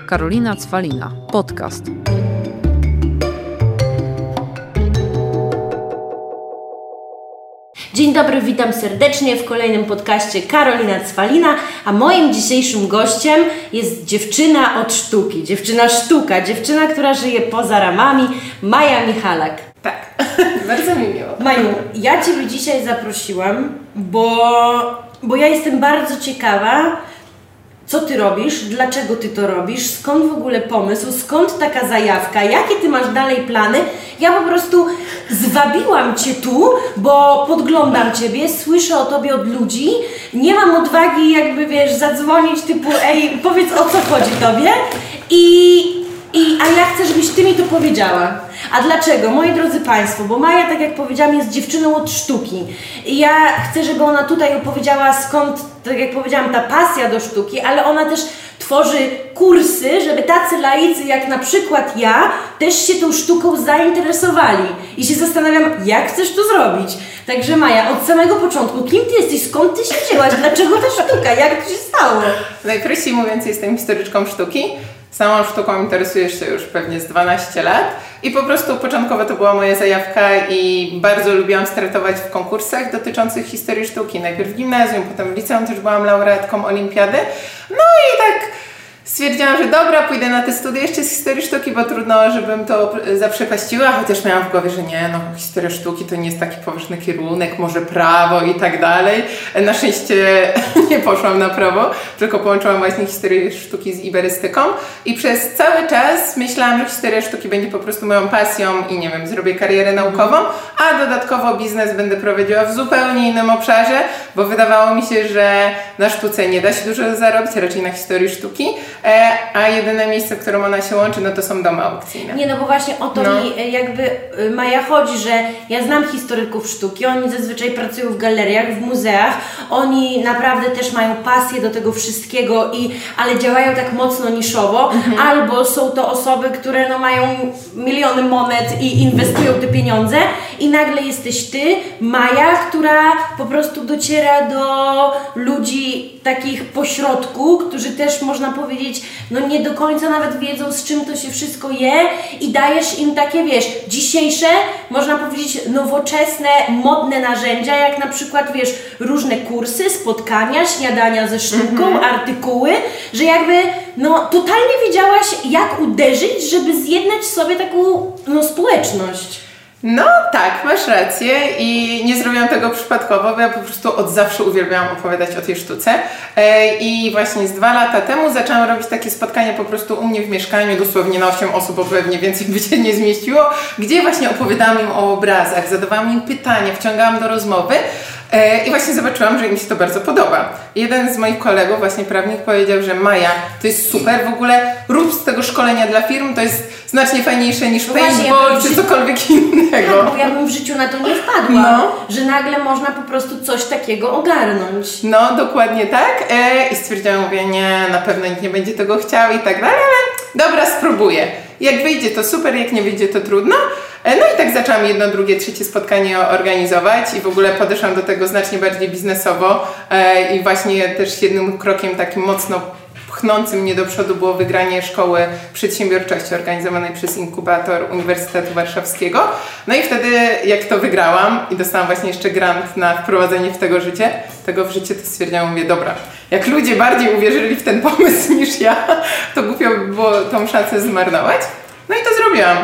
Karolina Cwalina. Podcast. Dzień dobry, witam serdecznie w kolejnym podcaście Karolina Cwalina, a moim dzisiejszym gościem jest dziewczyna od sztuki, dziewczyna, która żyje poza ramami, Maja Michalak. Tak, bardzo mi miło. Maju, ja Ciebie dzisiaj zaprosiłam, bo ja jestem bardzo ciekawa, co Ty robisz, dlaczego Ty to robisz, skąd w ogóle pomysł, skąd taka zajawka, jakie Ty masz dalej plany. Ja po prostu zwabiłam Cię tu, bo podglądam Ciebie, słyszę o Tobie od ludzi, nie mam odwagi zadzwonić typu ej, powiedz o co chodzi Tobie a ja chcę, żebyś Ty mi to powiedziała. A dlaczego? Moi drodzy Państwo, bo Maja, tak jak powiedziałam, jest dziewczyną od sztuki. I ja chcę, żeby ona tutaj opowiedziała, skąd, tak jak powiedziałam, ta pasja do sztuki, ale ona też tworzy kursy, żeby tacy laicy jak na przykład ja też się tą sztuką zainteresowali. I się zastanawiam, jak chcesz to zrobić. Także Maja, od samego początku, kim Ty jesteś, skąd Ty się wzięłaś, dlaczego ta sztuka, jak to się stało? Najprościej mówiąc, jestem historyczką sztuki. Samą sztuką interesuję się już pewnie z 12 lat i po prostu początkowo to była moja zajawka i bardzo lubiłam startować w konkursach dotyczących historii sztuki. Najpierw w gimnazjum, potem w liceum też byłam laureatką olimpiady. No i tak stwierdziłam, że dobra, pójdę na te studia jeszcze z historii sztuki, bo trudno, żebym to zaprzepaściła, chociaż miałam w głowie, że nie, historia sztuki to nie jest taki poważny kierunek, może prawo i tak dalej. Na szczęście nie poszłam na prawo, tylko połączyłam właśnie historię sztuki z iberystyką i przez cały czas myślałam, że historia sztuki będzie po prostu moją pasją i nie wiem, zrobię karierę naukową, a dodatkowo biznes będę prowadziła w zupełnie innym obszarze, bo wydawało mi się, że na sztuce nie da się dużo zarobić, raczej na historii sztuki. A jedyne miejsce, w którym ona się łączy, no to są domy aukcyjne. Nie, no bo właśnie o to mi Maja chodzi, że ja znam historyków sztuki, oni zazwyczaj pracują w galeriach, w muzeach, oni naprawdę też mają pasję do tego wszystkiego, ale działają tak mocno niszowo, albo są to osoby, które mają miliony monet i inwestują te pieniądze i nagle jesteś Ty, Maja, która po prostu dociera do ludzi takich pośrodku, którzy też można powiedzieć, nie do końca nawet wiedzą, z czym to się wszystko je i dajesz im takie, dzisiejsze, można powiedzieć, nowoczesne, modne narzędzia, jak na przykład, różne kursy, spotkania, śniadania ze sztuką, artykuły, że totalnie wiedziałaś, jak uderzyć, żeby zjednać sobie taką, społeczność. No tak, masz rację i nie zrobiłam tego przypadkowo, bo ja po prostu od zawsze uwielbiałam opowiadać o tej sztuce i właśnie z 2 lata temu zaczęłam robić takie spotkania po prostu u mnie w mieszkaniu, dosłownie na 8 osób, bo pewnie więcej by się nie zmieściło, gdzie właśnie opowiadałam im o obrazach, zadawałam im pytania, wciągałam do rozmowy. I właśnie zobaczyłam, że im się to bardzo podoba. Jeden z moich kolegów, właśnie prawnik, powiedział, że Maja, to jest super, w ogóle rób z tego szkolenia dla firm, to jest znacznie fajniejsze niż paintball czy cokolwiek innego. Tak, bo ja bym w życiu na to nie wpadła, że nagle można po prostu coś takiego ogarnąć. No, dokładnie tak. I stwierdziłam, mówię, nie, na pewno nikt nie będzie tego chciał i tak dalej, ale dobra, spróbuję. Jak wyjdzie to super, jak nie wyjdzie to trudno. No i tak zaczęłam jedno, drugie, trzecie spotkanie organizować i w ogóle podeszłam do tego znacznie bardziej biznesowo i właśnie też jednym krokiem takim mocno pchnącym mnie do przodu było wygranie szkoły przedsiębiorczości organizowanej przez inkubator Uniwersytetu Warszawskiego. No i wtedy jak to wygrałam i dostałam właśnie jeszcze grant na wprowadzenie tego w życie, to stwierdziłam, mówię, dobra, jak ludzie bardziej uwierzyli w ten pomysł niż ja, to głupio by było tą szansę zmarnować. No i to zrobiłam.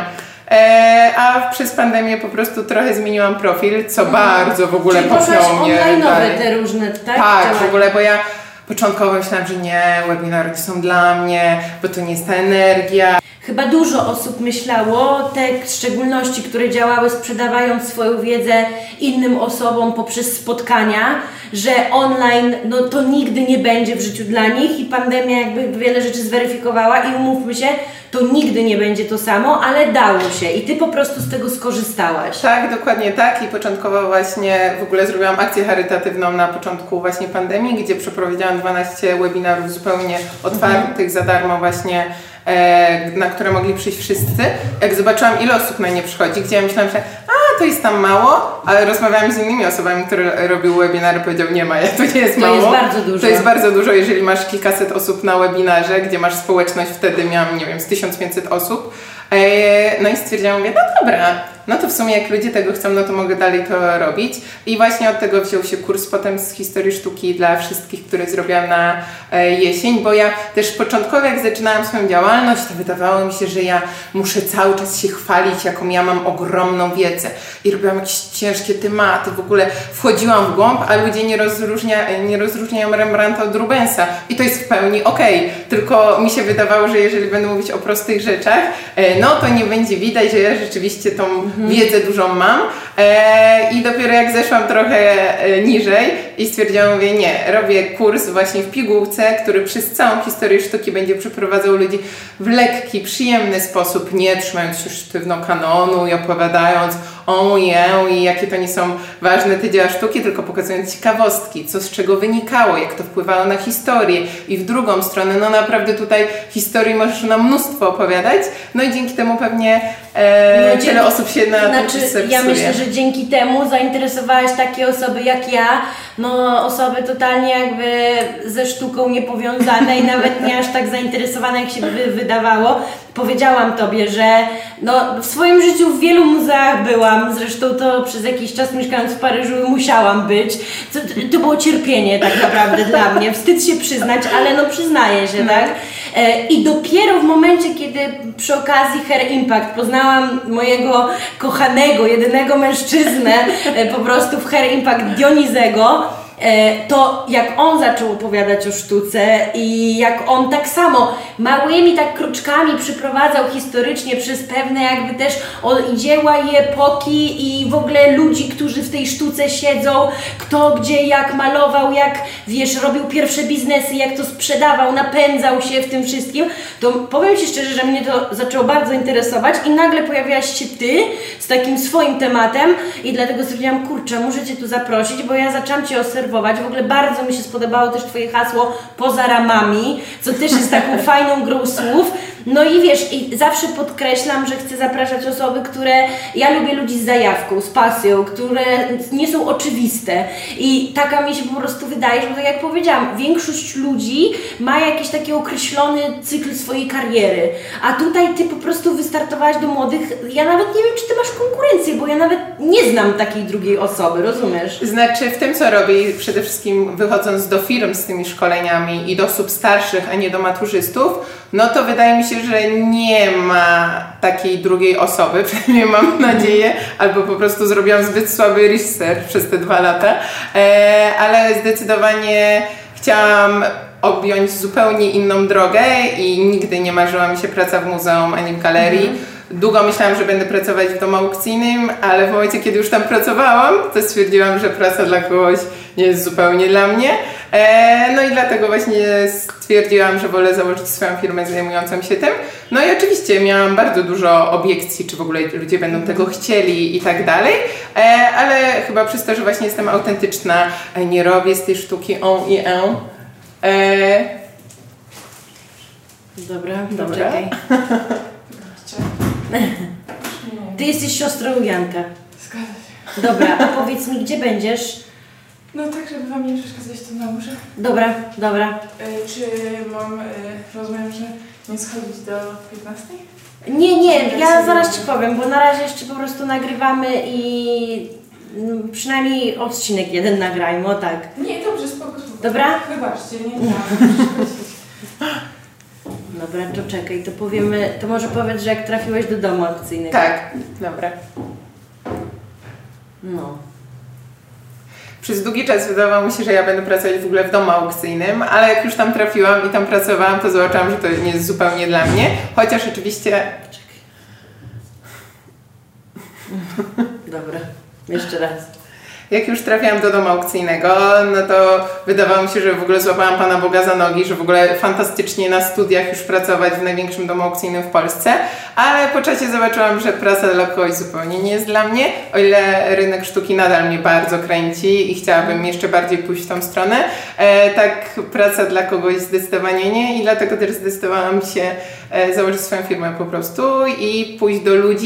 A przez pandemię po prostu trochę zmieniłam profil, co bardzo w ogóle popchnęło mnie. Czyli online'owe te różne, tak? Tak, w ogóle, bo ja początkowo myślałam, że nie, webinary nie są dla mnie, bo to nie jest ta energia. Chyba dużo osób myślało, te w szczególności, które działały sprzedawając swoją wiedzę innym osobom poprzez spotkania, że online to nigdy nie będzie w życiu dla nich i pandemia wiele rzeczy zweryfikowała i umówmy się, to nigdy nie będzie to samo, ale dało się i Ty po prostu z tego skorzystałaś. Tak, dokładnie tak i początkowo właśnie w ogóle zrobiłam akcję charytatywną na początku właśnie pandemii, gdzie przeprowadziłam 12 webinarów zupełnie otwartych za darmo właśnie, na które mogli przyjść wszyscy. Jak zobaczyłam, ile osób na nie przychodzi, gdzie ja myślałam, że to jest tam mało, ale rozmawiałam z innymi osobami, które robiły webinary, powiedział, nie Maja, to nie jest mało. To jest bardzo dużo. To jest bardzo dużo, jeżeli masz kilkaset osób na webinarze, gdzie masz społeczność, wtedy miałam, nie wiem, z 1500 osób. No i stwierdziłam, mówię, no dobra, no to w sumie jak ludzie tego chcą, no to mogę dalej to robić. I właśnie od tego wziął się kurs potem z historii sztuki dla wszystkich, który zrobiłam na jesień, bo ja też początkowo jak zaczynałam swoją działalność, to wydawało mi się, że ja muszę cały czas się chwalić, jaką ja mam ogromną wiedzę i robiłam jakieś ciężkie tematy, w ogóle wchodziłam w głąb, a ludzie nie rozróżniają Rembrandta od Rubensa i to jest w pełni okej. Tylko mi się wydawało, że jeżeli będę mówić o prostych rzeczach, no to nie będzie widać, że ja rzeczywiście tą wiedzę dużą mam i dopiero jak zeszłam trochę niżej i stwierdziłam, mówię, nie, robię kurs właśnie w pigułce, który przez całą historię sztuki będzie przeprowadzał ludzi w lekki, przyjemny sposób, nie trzymając się sztywno kanonu i opowiadając i jakie to nie są ważne te dzieła sztuki, tylko pokazując ciekawostki, co z czego wynikało, jak to wpływało na historię i w drugą stronę, no naprawdę tutaj historii możesz nam mnóstwo opowiadać, no i dzięki temu pewnie wiele osób się na tym serwisuje. Ja myślę, że dzięki temu zainteresowałaś takie osoby jak ja, no osoby totalnie jakby ze sztuką niepowiązane i nawet nie aż tak zainteresowane, jak się wydawało. Powiedziałam Tobie, że no, w swoim życiu w wielu muzeach byłam, zresztą to przez jakiś czas mieszkając w Paryżu musiałam być. To było cierpienie tak naprawdę dla mnie, wstyd się przyznać, ale no przyznaję się, tak? I dopiero w momencie, kiedy przy okazji Hair Impact poznałam mojego kochanego, jedynego mężczyznę po prostu w Hair Impact, Dionizego, to jak on zaczął opowiadać o sztuce i jak on tak samo małymi tak kroczkami przyprowadzał historycznie przez pewne jakby też i dzieła i epoki i w ogóle ludzi, którzy w tej sztuce siedzą, kto gdzie jak malował, jak wiesz, robił pierwsze biznesy, jak to sprzedawał, napędzał się w tym wszystkim, to powiem Ci szczerze, że mnie to zaczęło bardzo interesować i nagle pojawiałaś się Ty z takim swoim tematem i dlatego stwierdziłam, kurczę, muszę Cię tu zaprosić, bo ja zaczęłam Cię obserwować. W ogóle bardzo mi się spodobało też Twoje hasło poza ramami, co też jest taką fajną grą słów. No i wiesz, i zawsze podkreślam, że chcę zapraszać osoby, które... Ja lubię ludzi z zajawką, z pasją, które nie są oczywiste. I taka mi się po prostu wydaje, że tak jak powiedziałam, większość ludzi ma jakiś taki określony cykl swojej kariery. A tutaj Ty po prostu wystartowałaś do młodych. Ja nawet nie wiem, czy Ty masz konkurencję, bo ja nawet nie znam takiej drugiej osoby, rozumiesz? Znaczy w tym, co robię, przede wszystkim wychodząc do firm z tymi szkoleniami i do osób starszych, a nie do maturzystów, no to wydaje mi się, że nie ma takiej drugiej osoby, przynajmniej mam nadzieję, albo po prostu zrobiłam zbyt słaby research przez te 2 lata, ale zdecydowanie chciałam objąć zupełnie inną drogę i nigdy nie marzyła mi się praca w muzeum ani w galerii. Długo myślałam, że będę pracować w domu aukcyjnym, ale w momencie, kiedy już tam pracowałam, to stwierdziłam, że praca dla kogoś nie jest zupełnie dla mnie. No i dlatego właśnie stwierdziłam, że wolę założyć swoją firmę zajmującą się tym. No i oczywiście miałam bardzo dużo obiekcji, czy w ogóle ludzie będą tego chcieli i tak dalej, ale chyba przez to, że właśnie jestem autentyczna, nie robię z tej sztuki Dobra, czekaj. Ty jesteś siostrą Janka. Zgadza się. Dobra, a powiedz mi, gdzie będziesz? No tak, żeby Wam nie przeszkadzać, to na górze. Dobra. Czy mam, rozumiem, że nie schodzić do 15? Nie, ja zaraz Ci powiem, bo na razie jeszcze po prostu nagrywamy i przynajmniej odcinek jeden nagrajmy, o tak. Nie, dobrze, spoko. Dobra? Wybaczcie, nie przeszkodzić. Dobra, to czekaj, to powiemy, to może powiedz, że jak trafiłeś do domu aukcyjnego. Tak, dobra. No. Przez długi czas wydawało mi się, że ja będę pracować w ogóle w domu aukcyjnym, ale jak już tam trafiłam i tam pracowałam, to zobaczyłam, że to nie jest zupełnie dla mnie, chociaż oczywiście... Dobra, jeszcze raz. Jak już trafiłam do domu aukcyjnego, no to wydawało mi się, że w ogóle złapałam Pana Boga za nogi, że w ogóle fantastycznie na studiach już pracować w największym domu aukcyjnym w Polsce, ale po czasie zobaczyłam, że praca dla kogoś zupełnie nie jest dla mnie, o ile rynek sztuki nadal mnie bardzo kręci i chciałabym jeszcze bardziej pójść w tą stronę, tak praca dla kogoś zdecydowanie nie i dlatego też zdecydowałam się założyć swoją firmę po prostu i pójść do ludzi,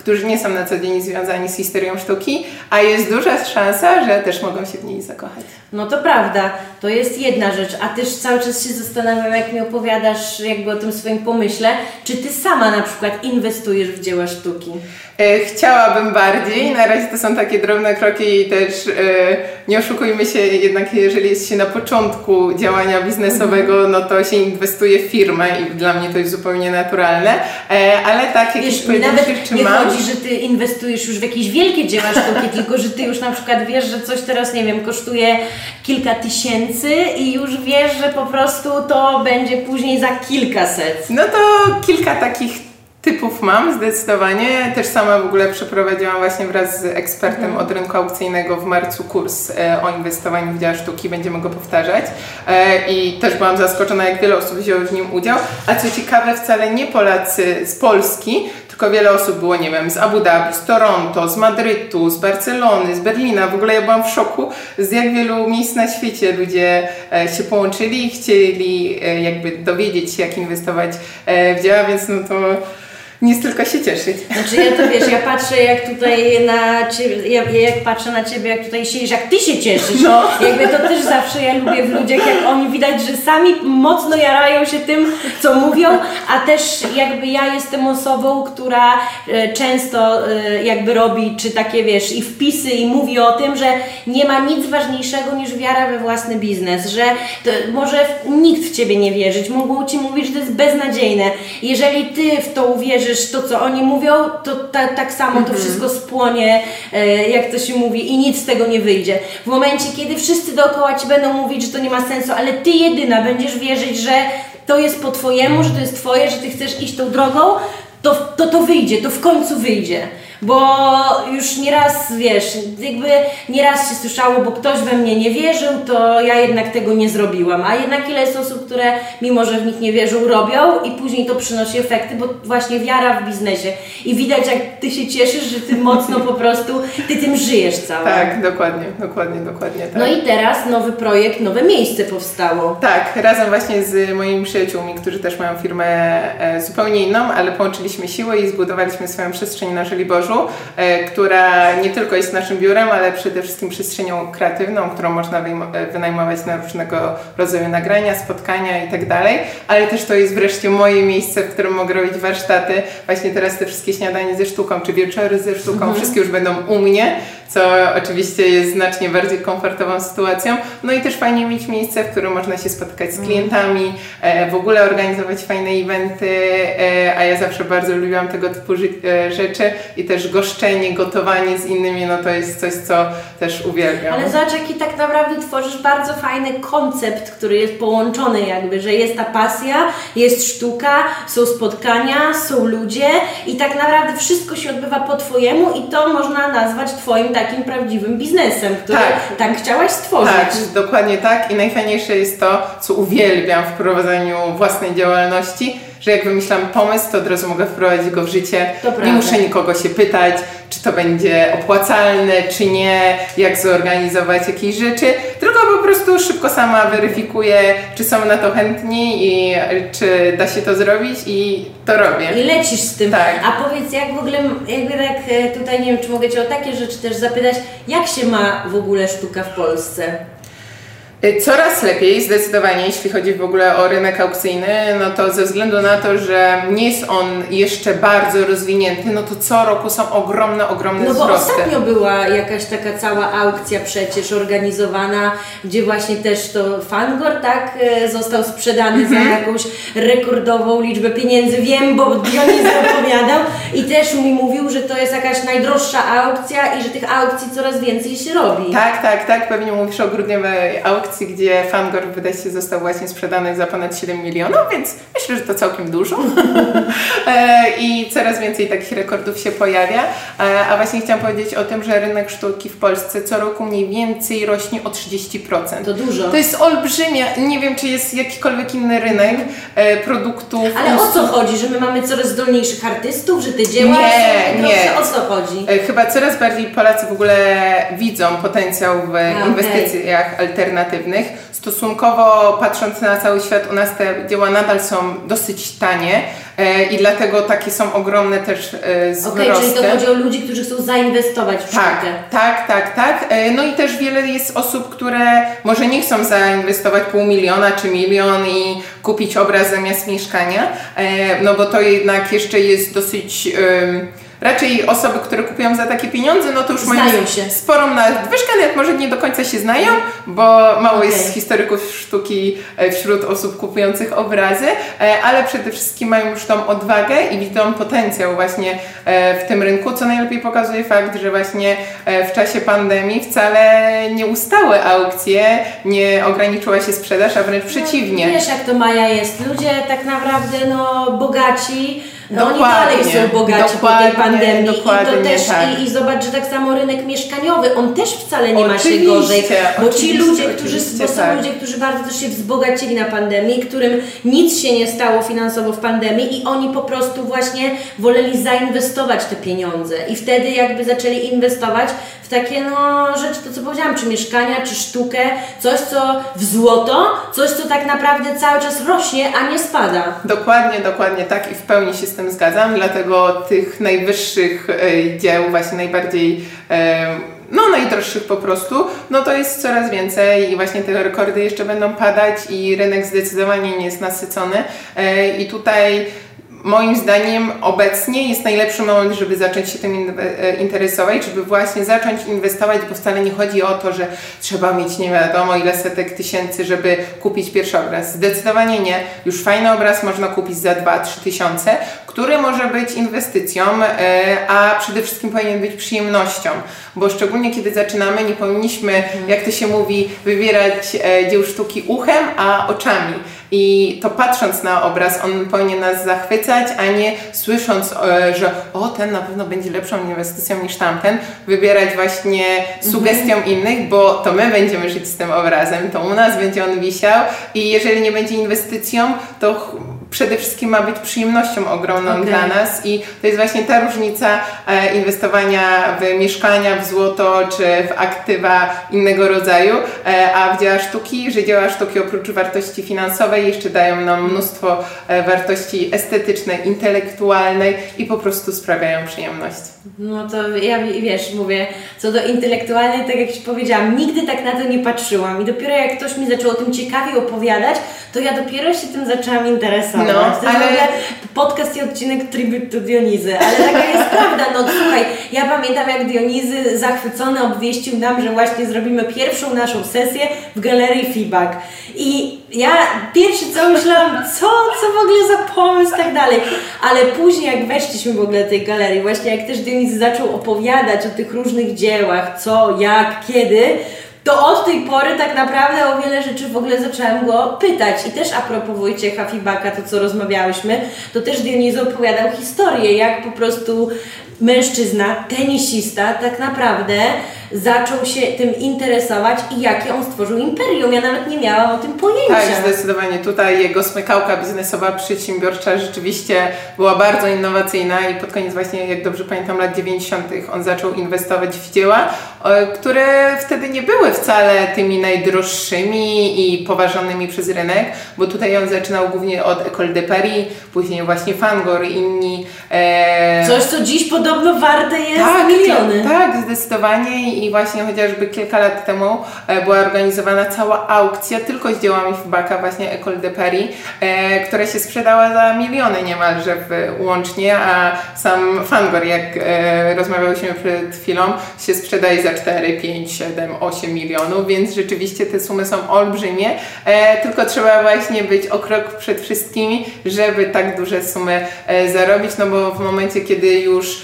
którzy nie są na co dzień związani z historią sztuki, a jest duża szansa, że też mogą się w niej zakochać. No to prawda, to jest jedna rzecz, a też cały czas się zastanawiam, jak mi opowiadasz jakby o tym swoim pomyśle, czy ty sama na przykład inwestujesz w dzieła sztuki? Chciałabym bardziej, na razie to są takie drobne kroki i też nie oszukujmy się, jednak jeżeli jest się na początku działania biznesowego, no to się inwestuje w firmę i dla mnie to jest zupełnie naturalne, ale tak jakieś nawet rzeczy nie mam. chodzi, że ty inwestujesz już w jakieś wielkie dzieła sztuki, tylko że ty już na przykład wiesz, że coś teraz, nie wiem, kosztuje kilka tysięcy i już wiesz, że po prostu to będzie później za kilkaset. No to kilka takich typów mam zdecydowanie. Też sama w ogóle przeprowadziłam właśnie wraz z ekspertem od rynku aukcyjnego w marcu kurs o inwestowaniu w dzieła sztuki. Będziemy go powtarzać. I też byłam zaskoczona, jak wiele osób wzięło w nim udział. A co ciekawe, wcale nie Polacy z Polski, tylko wiele osób było, nie wiem, z Abu Dhabi, z Toronto, z Madrytu, z Barcelony, z Berlina. W ogóle ja byłam w szoku, z jak wielu miejsc na świecie ludzie się połączyli i chcieli jakby dowiedzieć się, jak inwestować w dzieła, więc no to nic, tylko się cieszyć. Znaczy ja to wiesz, ja patrzę jak tutaj na Ciebie, jak patrzę na Ciebie, jak tutaj siedzisz, jak Ty się cieszysz. No. Jakby to też zawsze ja lubię w ludziach, jak oni widać, że sami mocno jarają się tym, co mówią, a też jakby ja jestem osobą, która często jakby robi, czy takie wiesz, i wpisy i mówi o tym, że nie ma nic ważniejszego niż wiara we własny biznes, że to może nikt w Ciebie nie wierzyć, mogą Ci mówić, że to jest beznadziejne. Jeżeli Ty w to uwierzysz, to co oni mówią, to tak samo to wszystko spłonie, jak to się mówi, i nic z tego nie wyjdzie. W momencie, kiedy wszyscy dookoła Ci będą mówić, że to nie ma sensu, ale Ty jedyna będziesz wierzyć, że to jest po Twojemu, że to jest Twoje, że Ty chcesz iść tą drogą, to wyjdzie, to w końcu wyjdzie. Bo już nieraz, wiesz, jakby nieraz się słyszało, bo ktoś we mnie nie wierzył, to ja jednak tego nie zrobiłam. A jednak ile jest osób, które mimo, że w nich nie wierzą, robią i później to przynosi efekty, bo właśnie wiara w biznesie. I widać, jak Ty się cieszysz, że Ty mocno po prostu, Ty tym żyjesz całe. Tak, dokładnie tak. No i teraz nowy projekt, nowe miejsce powstało. Tak, razem właśnie z moimi przyjaciółmi, którzy też mają firmę zupełnie inną, ale połączyliśmy siły i zbudowaliśmy swoją przestrzeń na Żoliborzu, która nie tylko jest naszym biurem, ale przede wszystkim przestrzenią kreatywną, którą można wynajmować na różnego rodzaju nagrania, spotkania i tak dalej, ale też to jest wreszcie moje miejsce, w którym mogę robić warsztaty. Właśnie teraz te wszystkie śniadania ze sztuką, czy wieczory ze sztuką, wszystkie już będą u mnie, co oczywiście jest znacznie bardziej komfortową sytuacją. No i też fajnie mieć miejsce, w którym można się spotykać z klientami, w ogóle organizować fajne eventy, a ja zawsze bardzo lubiłam tego typu rzeczy i też goszczenie, gotowanie z innymi, no to jest coś, co też uwielbiam. Ale zobacz, jaki tak naprawdę tworzysz bardzo fajny koncept, który jest połączony jakby, że jest ta pasja, jest sztuka, są spotkania, są ludzie i tak naprawdę wszystko się odbywa po Twojemu i to można nazwać Twoim takim prawdziwym biznesem, który tak chciałaś stworzyć. Tak, dokładnie tak i najfajniejsze jest to, co uwielbiam w prowadzeniu własnej działalności, że jak wymyślam pomysł, to od razu mogę wprowadzić go w życie. Nie muszę nikogo się pytać, czy to będzie opłacalne, czy nie, jak zorganizować jakieś rzeczy, tylko po prostu szybko sama weryfikuję, czy są na to chętni i czy da się to zrobić i to robię. I lecisz z tym. Tak. A powiedz, jak w ogóle, jakby tak tutaj, nie wiem, czy mogę Cię o takie rzeczy też zapytać, jak się ma w ogóle sztuka w Polsce? Coraz lepiej, zdecydowanie, jeśli chodzi w ogóle o rynek aukcyjny, no to ze względu na to, że nie jest on jeszcze bardzo rozwinięty, no to co roku są ogromne No bo wzrosty. ostatnio była jakaś taka cała aukcja przecież organizowana, gdzie właśnie też to Fangor, tak, został sprzedany za jakąś rekordową liczbę pieniędzy. Wiem, bo Dionys opowiadał i też mi mówił, że to jest jakaś najdroższa aukcja i że tych aukcji coraz więcej się robi. Tak, pewnie mówisz o grudniowej aukcji, gdzie Fangor wydaje się został właśnie sprzedany za ponad 7 milionów, więc myślę, że to całkiem dużo. I coraz więcej takich rekordów się pojawia. A właśnie chciałam powiedzieć o tym, że rynek sztuki w Polsce co roku mniej więcej rośnie o 30%. To dużo. To jest olbrzymia. Nie wiem, czy jest jakikolwiek inny rynek produktów. Ale o co chodzi? Że my mamy coraz zdolniejszych artystów, że te dzieła Nie. O co chodzi? Chyba coraz bardziej Polacy w ogóle widzą potencjał w inwestycjach alternatywnych. kreatywnych. Stosunkowo patrząc na cały świat, u nas te dzieła nadal są dosyć tanie i dlatego takie są ogromne też wzrosty. Okej, czyli to chodzi o ludzi, którzy chcą zainwestować w sztukę. Tak. No i też wiele jest osób, które może nie chcą zainwestować 500 000 czy 1 000 000 i kupić obraz zamiast mieszkania, no bo to jednak jeszcze jest dosyć... Raczej osoby, które kupują za takie pieniądze, no to już mają sporą nadwyżkę, nawet może nie do końca się znają, bo mało jest historyków sztuki wśród osób kupujących obrazy, ale przede wszystkim mają już tą odwagę i widzą potencjał właśnie w tym rynku, co najlepiej pokazuje fakt, że właśnie w czasie pandemii wcale nie ustały aukcje, nie ograniczyła się sprzedaż, a wręcz przeciwnie. Wiesz, jak to Maja jest, ludzie tak naprawdę bogaci, oni dalej są bogaci po tej pandemii i to też i zobacz, że tak samo rynek mieszkaniowy, on też wcale nie ma się gorzej, bo ci ludzie, są ludzie, którzy bardzo też się wzbogacili na pandemii, którym nic się nie stało finansowo w pandemii i oni po prostu właśnie woleli zainwestować te pieniądze i wtedy jakby zaczęli inwestować w takie rzeczy, to co powiedziałam, czy mieszkania, czy sztukę, coś co w złoto, coś co tak naprawdę cały czas rośnie, a nie spada. Dokładnie tak i w pełni się z tym zgadzam, dlatego tych najwyższych dzieł, właśnie najbardziej najdroższych po prostu, no to jest coraz więcej i właśnie te rekordy jeszcze będą padać i rynek zdecydowanie nie jest nasycony i tutaj moim zdaniem obecnie jest najlepszy moment, żeby zacząć się tym interesować, żeby właśnie zacząć inwestować, bo wcale nie chodzi o to, że trzeba mieć nie wiadomo ile setek tysięcy, żeby kupić pierwszy obraz. Zdecydowanie nie. Już fajny obraz można kupić za 2-3 tysiące, który może być inwestycją, a przede wszystkim powinien być przyjemnością, bo szczególnie kiedy zaczynamy, nie powinniśmy, jak to się mówi, wybierać dzieł sztuki uchem, a oczami. I to patrząc na obraz, on powinien nas zachwycać, a nie słysząc, że ten na pewno będzie lepszą inwestycją niż tamten, wybierać właśnie sugestią innych, bo to my będziemy żyć z tym obrazem, to u nas będzie on wisiał i jeżeli nie będzie inwestycją, to przede wszystkim ma być przyjemnością ogromną dla nas i to jest właśnie ta różnica inwestowania w mieszkania, w złoto czy w aktywa innego rodzaju, a w dzieła sztuki, że dzieła sztuki oprócz wartości finansowej jeszcze dają nam mnóstwo wartości estetycznej, intelektualnej i po prostu sprawiają przyjemność. No to ja mówię, co do intelektualnej, tak jak Ci powiedziałam, nigdy tak na to nie patrzyłam i dopiero jak ktoś mi zaczął o tym ciekawie opowiadać, to ja dopiero się tym zaczęłam interesować. To jest w ogóle podcast i odcinek Tribute to Dionizy, ale taka jest prawda. Słuchaj, ja pamiętam jak Dionizy zachwycony obwieścił nam, że właśnie zrobimy pierwszą naszą sesję w galerii Fibak. I ja pierwszy co myślałam, co w ogóle za pomysł i tak dalej, ale później jak weszliśmy w ogóle do tej galerii, właśnie jak też Dionizy zaczął opowiadać o tych różnych dziełach, co, jak, kiedy, to od tej pory tak naprawdę o wiele rzeczy w ogóle zaczęłam go pytać. I też a propos Wojciecha Fibaka, to co rozmawiałyśmy, to też Dionizy opowiadał historię, jak po prostu mężczyzna, tenisista tak naprawdę zaczął się tym interesować i jakie on stworzył imperium. Ja nawet nie miałam o tym pojęcia. Tak, zdecydowanie. Tutaj jego smykałka biznesowa, przedsiębiorcza rzeczywiście była bardzo innowacyjna i pod koniec właśnie, jak dobrze pamiętam, lat 90. on zaczął inwestować w dzieła, które wtedy nie były wcale tymi najdroższymi i poważanymi przez rynek, bo tutaj on zaczynał głównie od École de Paris, później właśnie Van Gogh i inni. Coś, co dziś podobno warte jest miliony. Tak, zdecydowanie i właśnie chociażby kilka lat temu była organizowana cała aukcja tylko z dziełami Fibaka, właśnie École de Paris, która się sprzedała za miliony niemalże łącznie, a sam Van Gogh, jak rozmawiałyśmy przed chwilą, się sprzedaje za 4, 5, 7, 8 milionów, więc rzeczywiście te sumy są olbrzymie, tylko trzeba właśnie być o krok przed wszystkimi, żeby tak duże sumy zarobić, no bo w momencie, kiedy już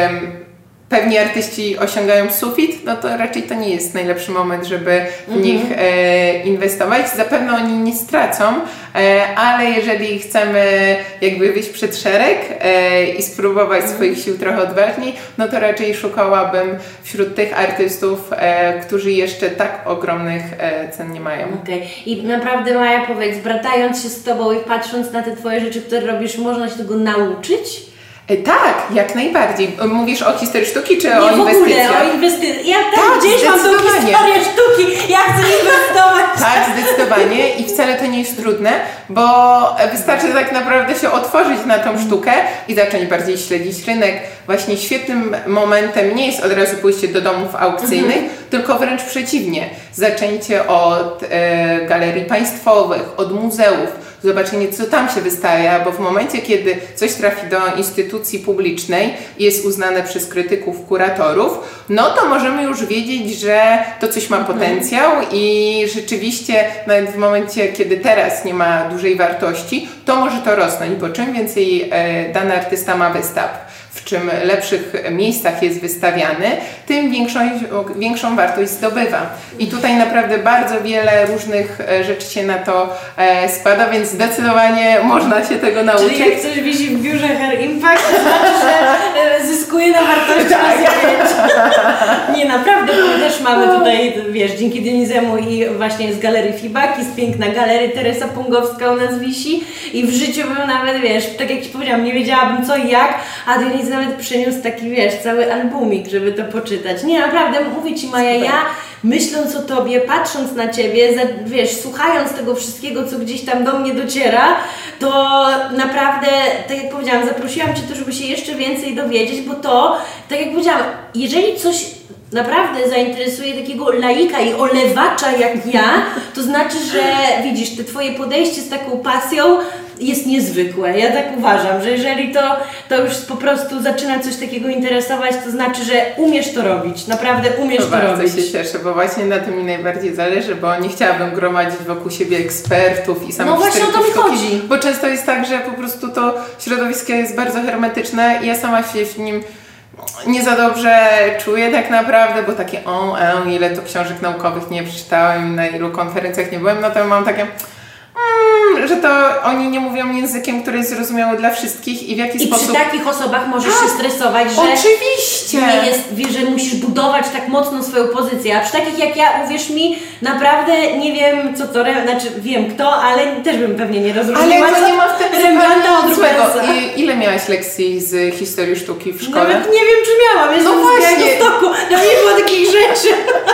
pewni artyści osiągają sufit, no to raczej to nie jest najlepszy moment, żeby w nich inwestować. Zapewne oni nie stracą, ale jeżeli chcemy jakby wyjść przed szereg i spróbować swoich sił trochę odważniej, no to raczej szukałabym wśród tych artystów, którzy jeszcze tak ogromnych cen nie mają. I naprawdę Maja, powiedz, bratając się z Tobą i patrząc na te Twoje rzeczy, które robisz, można się tego nauczyć? Tak, jak najbardziej. Mówisz o historii sztuki, czy Nie, o inwestycjach? w ogóle o inwestycjach. Ja Tak, gdzieś mam tą zdecydowanie. historię sztuki, ja chcę inwestować. Tak, zdecydowanie i wcale to nie jest trudne, bo wystarczy tak naprawdę się otworzyć na tą sztukę i zacząć bardziej śledzić rynek. Właśnie świetnym momentem nie jest od razu pójście do domów aukcyjnych, tylko wręcz przeciwnie. Zaczęcie od galerii państwowych, od muzeów, zobaczenie, co tam się wystawia, bo w momencie, kiedy coś trafi do instytucji publicznej i jest uznane przez krytyków, kuratorów, no to możemy już wiedzieć, że to coś ma potencjał i rzeczywiście nawet w momencie, kiedy teraz nie ma dużej wartości, to może to rosnąć, bo czym więcej dany artysta ma wystaw, w czym lepszych miejscach jest wystawiany, tym większą wartość zdobywa. I tutaj naprawdę bardzo wiele różnych rzeczy się na to składa, więc zdecydowanie można się tego nauczyć. Czyli jak coś wisi w biurze Hair Impact, to znaczy, że zyskuje na wartości Nie, naprawdę, my też mamy tutaj, wiesz, dzięki Dionizemu i właśnie z Galerii Fibak, jest piękna galeria, Teresa Pongowska u nas wisi i w życiu bym nawet, wiesz, tak jak Ci powiedziałam, nie wiedziałabym co i jak, a Dionizy nawet przyniósł taki, wiesz, cały albumik, żeby to poczytać. Nie, naprawdę, mówię Ci, Maja, ja myśląc o Tobie, patrząc na Ciebie, wiesz, słuchając tego wszystkiego, co gdzieś tam do mnie dociera, to naprawdę, tak jak powiedziałam, zaprosiłam Cię to, żeby się jeszcze więcej dowiedzieć, bo to, tak jak powiedziałam, jeżeli coś naprawdę zainteresuje takiego laika i olewacza jak ja, to znaczy, że widzisz, te Twoje podejście z taką pasją jest niezwykłe. Ja tak uważam, że jeżeli to już po prostu zaczyna coś takiego interesować, to znaczy, że umiesz to robić. Naprawdę umiesz to robić. Bardzo się cieszę, bo właśnie na tym mi najbardziej zależy, bo nie chciałabym gromadzić wokół siebie ekspertów i samych No właśnie o to mi chodzi. Bo często jest tak, że po prostu to środowisko jest bardzo hermetyczne i ja sama się w nim nie za dobrze czuję tak naprawdę, bo takie ile to książek naukowych nie przeczytałem, na ilu konferencjach nie byłem, no to mam takie że to oni nie mówią językiem, który jest zrozumiały dla wszystkich i w jaki sposób... I przy takich osobach możesz się stresować, że oczywiście! Nie jest, wiesz, że musisz budować tak mocno swoją pozycję, a przy takich jak ja, uwierz mi, naprawdę nie wiem co to, znaczy wiem kto, ale też bym pewnie nie rozróżniła. Ale to nie ma w tym Rembrandta od złego. Rubensa. Ile miałaś lekcji z historii sztuki w szkole? Nawet nie wiem, czy miałam, jestem No z właśnie. Białegostoku, no nie było takich rzeczy.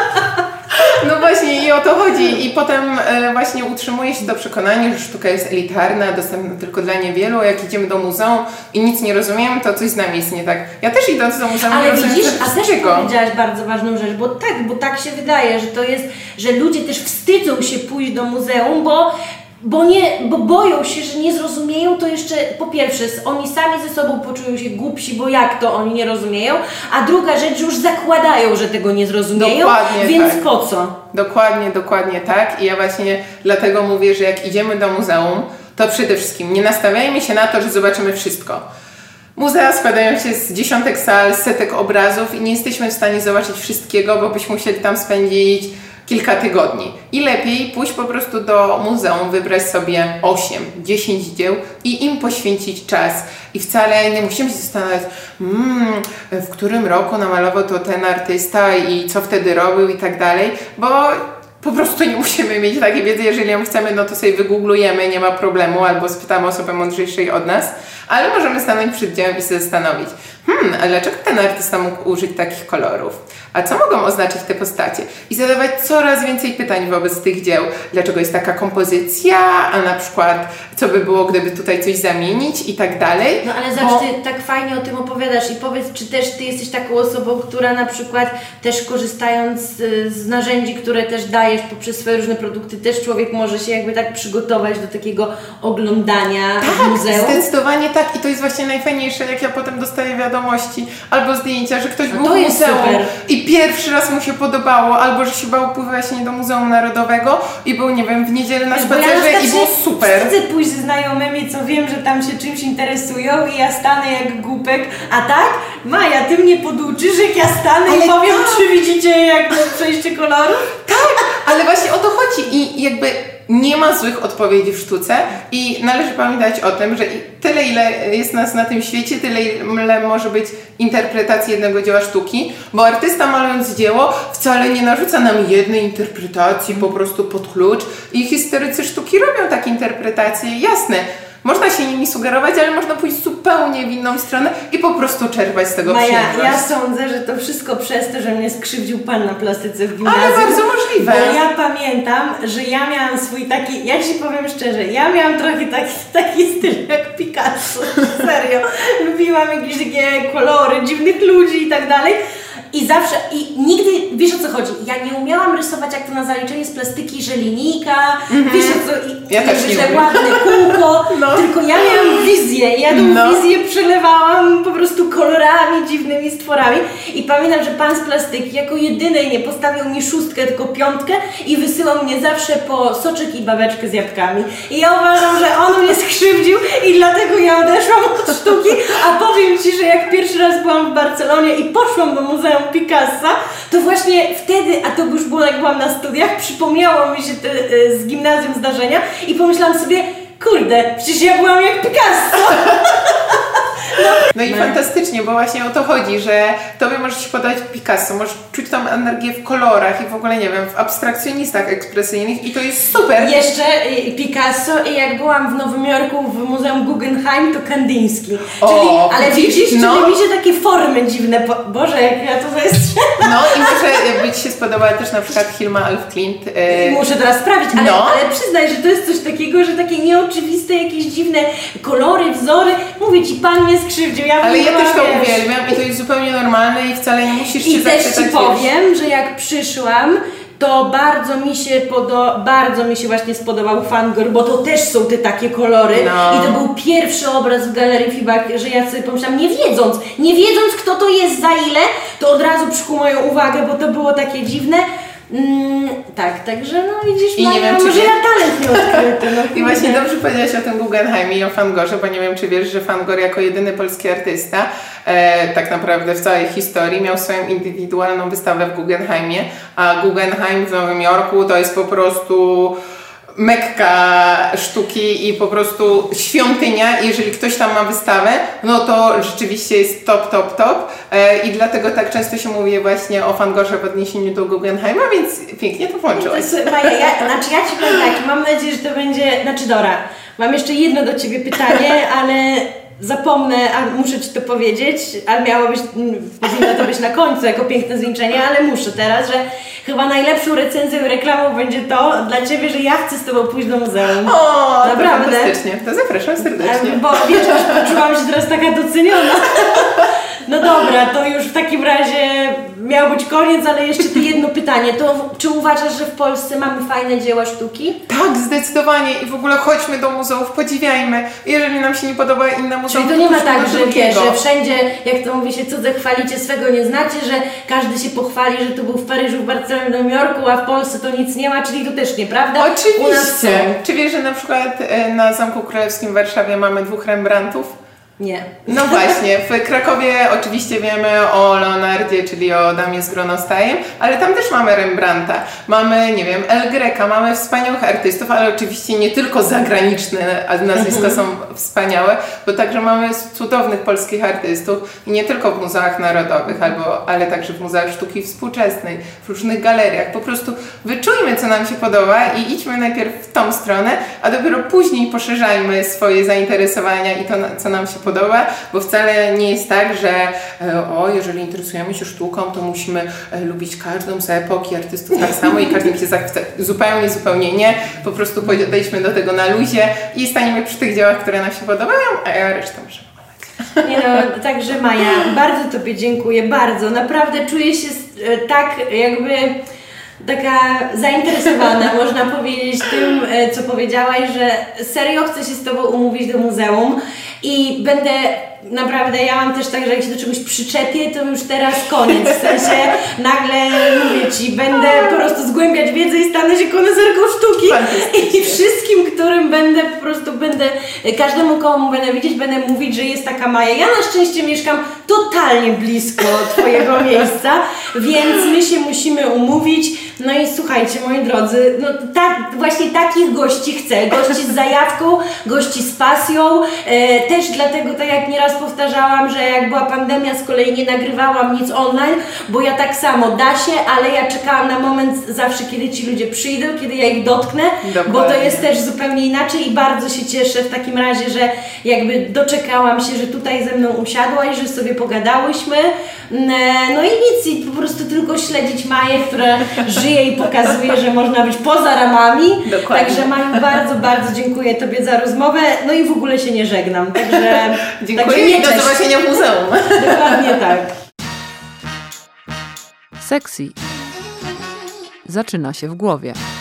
No właśnie i o to chodzi i potem właśnie utrzymuje się to przekonanie, że sztuka jest elitarna, dostępna tylko dla niewielu, jak idziemy do muzeum i nic nie rozumiemy, to coś z nami jest nie tak. Ja też idąc do muzeum Ale nie rozumiem widzisz, a też wszystkiego. powiedziałaś bardzo ważną rzecz, bo tak się wydaje, że to jest, że ludzie też wstydzą się pójść do muzeum, bo boją się, że nie zrozumieją, to jeszcze po pierwsze oni sami ze sobą poczują się głupsi, bo jak to oni nie rozumieją, a druga rzecz, już zakładają, że tego nie zrozumieją, Dokładnie więc tak. po co? Dokładnie tak i ja właśnie dlatego mówię, że jak idziemy do muzeum, to przede wszystkim nie nastawiajmy się na to, że zobaczymy wszystko. Muzea składają się z dziesiątek sal, setek obrazów i nie jesteśmy w stanie zobaczyć wszystkiego, bo byśmy musieli tam spędzić kilka tygodni. I lepiej pójść po prostu do muzeum, wybrać sobie 8-10 dzieł i im poświęcić czas. I wcale nie musimy się zastanawiać, w którym roku namalował to ten artysta i co wtedy robił i tak dalej, bo po prostu nie musimy mieć takiej wiedzy, jeżeli ją chcemy, no to sobie wygooglujemy, nie ma problemu, albo spytamy osobę mądrzejszej od nas, ale możemy stanąć przed dziełem i się zastanowić, a dlaczego ten artysta mógł użyć takich kolorów? A co mogą oznaczać te postacie? I zadawać coraz więcej pytań wobec tych dzieł. Dlaczego jest taka kompozycja, a na przykład co by było, gdyby tutaj coś zamienić i tak dalej. No ale zobacz, Ty tak fajnie o tym opowiadasz i powiedz, czy też Ty jesteś taką osobą, która na przykład też korzystając z narzędzi, które też dajesz poprzez swoje różne produkty, też człowiek może się jakby tak przygotować do takiego oglądania w muzeum? Zdecydowanie tak i to jest właśnie najfajniejsze, jak ja potem dostaję wiadomości albo zdjęcia, że ktoś był to w jest muzeum super. i pierwszy raz mu się podobało, albo że się bał pływać do Muzeum Narodowego i był, nie wiem, w niedzielę na spacerze i było super. Wstydzę pójść ze znajomymi, co wiem, że tam się czymś interesują i ja stanę jak głupek, a tak? Maja, Ty mnie poduczysz, jak ja stanę i powiem, czy widzicie jak to przejście kolorów? Tak, ale właśnie o to chodzi i jakby nie ma złych odpowiedzi w sztuce i należy pamiętać o tym, że tyle ile jest nas na tym świecie, tyle ile może być interpretacji jednego dzieła sztuki, bo artysta malując dzieło wcale nie narzuca nam jednej interpretacji po prostu pod klucz i historycy sztuki robią takie interpretacje, jasne. Można się nimi sugerować, ale można pójść zupełnie w inną stronę i po prostu czerpać z tego Maja, przyjemność. ja sądzę, że to wszystko przez to, że mnie skrzywdził pan na plastyce w gimnazjum. Ale bardzo możliwe. Bo ja pamiętam, że ja miałam swój taki, ja Ci powiem szczerze, ja miałam trochę taki styl jak Picasso, serio. Lubiłam jakieś takie kolory, dziwnych ludzi i tak dalej. I zawsze, i nigdy, wiesz o co chodzi, ja nie umiałam rysować jak to na zaliczenie z plastyki, że linijka, wiesz o co, ja też nie że umiem. ładne kółko, tylko ja miałam wizję, ja tą wizję przelewałam po prostu kolorami, dziwnymi stworami i pamiętam, że pan z plastyki jako jedynej nie postawił mi 6, tylko 5 i wysyłał mnie zawsze po soczek i babeczkę z jabłkami. I ja uważam, że on mnie skrzywdził i dlatego ja odeszłam od sztuki, a powiem Ci, że jak pierwszy raz byłam w Barcelonie i poszłam do Muzeum Picassa, to właśnie wtedy, a to już było jak byłam na studiach, przypomniało mi się te z gimnazjum zdarzenia i pomyślałam sobie, kurde, przecież ja byłam jak Picasso. No i fantastycznie, bo właśnie o to chodzi, że Tobie może się podobać Picasso, możesz czuć tą energię w kolorach i w ogóle, nie wiem, w abstrakcjonistach ekspresyjnych i to jest super. Jeszcze Picasso i jak byłam w Nowym Jorku w Muzeum Guggenheim, to Kandyński. Czyli, ale widzisz, czyli mi się takie formy dziwne, Boże, jak ja to jest. No i może jakby Ci się spodobała też na przykład Hilma af Klint. Muszę teraz sprawdzić, ale przyznaj, że to jest coś takiego, że takie nieoczywiste, jakieś dziwne kolory, wzory. Mówię Ci, Pan mnie skrzywdził. Ale ja też to uwielbiam i to jest zupełnie normalne i wcale nie musisz się zapytać. I też Ci powiem, że jak przyszłam, to bardzo mi się właśnie spodobał Van Gogh, bo to też są te takie kolory i to był pierwszy obraz w Galerii Fibach, że ja sobie pomyślałam, nie wiedząc kto to jest, za ile, to od razu przykuł moją uwagę, bo to było takie dziwne. Tak, także no widzisz, I nie wiem, czy może ja talent nie odkryty. I właśnie dobrze powiedziałaś o tym Guggenheimie i o Van Goghie, bo nie wiem, czy wiesz, że Van Gogh jako jedyny polski artysta tak naprawdę w całej historii miał swoją indywidualną wystawę w Guggenheimie, a Guggenheim w Nowym Jorku to jest po prostu Mekka sztuki i po prostu świątynia. Jeżeli ktoś tam ma wystawę, no to rzeczywiście jest top. I dlatego tak często się mówi właśnie o Van Goghie w odniesieniu do Guggenheima, więc pięknie to włączyłaś. Maja, ja Ci powiem tak, mam nadzieję, że to będzie, Dora, mam jeszcze jedno do Ciebie pytanie, ale zapomnę, a muszę Ci to powiedzieć, ale powinno to być na końcu jako piękne zwieńczenie, ale muszę teraz, że chyba najlepszą recenzją i reklamą będzie to dla Ciebie, że ja chcę z Tobą pójść do muzeum. O, naprawdę. To fantastycznie. To zapraszam serdecznie. Bo wiesz, poczułam się teraz taka doceniona. No dobra, to już w takim razie miał być koniec, ale jeszcze to jedno pytanie. To czy uważasz, że w Polsce mamy fajne dzieła sztuki? Tak, zdecydowanie. I w ogóle chodźmy do muzeów, podziwiajmy. Jeżeli nam się nie podoba inne muzeum, czyli to nie ma tak, że drugiego. wiesz, że wszędzie, jak to mówi się, cudze chwalicie, swego nie znacie, że każdy się pochwali, że tu był w Paryżu, w Barcelonie, w Nowym Jorku, a w Polsce to nic nie ma, czyli to też nieprawda? Oczywiście. Czy wiesz, że na przykład na Zamku Królewskim w Warszawie mamy 2 Rembrandtów? Nie. No właśnie, w Krakowie oczywiście wiemy o Leonardzie, czyli o Damie z Gronostajem, ale tam też mamy Rembrandta, mamy, nie wiem, El Greca, mamy wspaniałych artystów, ale oczywiście nie tylko zagraniczne, a nazwiska są wspaniałe, bo także mamy cudownych polskich artystów i nie tylko w muzeach narodowych, ale także w muzeach sztuki współczesnej, w różnych galeriach. Po prostu wyczujmy, co nam się podoba i idźmy najpierw w tą stronę, a dopiero później poszerzajmy swoje zainteresowania i to, co nam się podoba, bo wcale nie jest tak, że jeżeli interesujemy się sztuką, to musimy lubić każdą z epoki artystów tak samo i każdym się zachwyca. Zupełnie nie. Po prostu podejdźmy do tego na luzie i staniemy przy tych dziełach, które nam się podobają, a resztę możemy olać. Nie no, także Maja, bardzo Tobie dziękuję, bardzo. Naprawdę czuję się tak jakby taka zainteresowana, można powiedzieć, tym, co powiedziałaś, że serio chcę się z Tobą umówić do muzeum i będę, naprawdę, ja mam też tak, że jak się do czegoś przyczepię, to już teraz koniec, w sensie nagle, mówię Ci, będę po prostu zgłębiać wiedzę i stanę się koneserką sztuki i wszystkim, którym każdemu komu będę widzieć, będę mówić, że jest taka Maja. Ja na szczęście mieszkam totalnie blisko Twojego miejsca, więc my się musimy umówić. No i słuchajcie, moi drodzy, no właśnie takich gości chcę. Gości z zajawką, gości z pasją. Też dlatego, tak jak nieraz powtarzałam, że jak była pandemia, z kolei nie nagrywałam nic online, bo ja tak samo da się, ale ja czekałam na moment zawsze, kiedy ci ludzie przyjdą, kiedy ja ich dotknę, bo to jest też zupełnie inaczej i bardzo się cieszę w takim razie, że jakby doczekałam się, że tutaj ze mną usiadłaś, że sobie pogadałyśmy. No i nic, i po prostu tylko śledzić Maję, która żyje i pokazuje, że można być poza ramami. Dokładnie. Także Maju, bardzo, bardzo dziękuję Tobie za rozmowę, no i w ogóle się nie żegnam, także dziękuję i do zobaczenia w muzeum. Dokładnie tak. Sexy zaczyna się w głowie.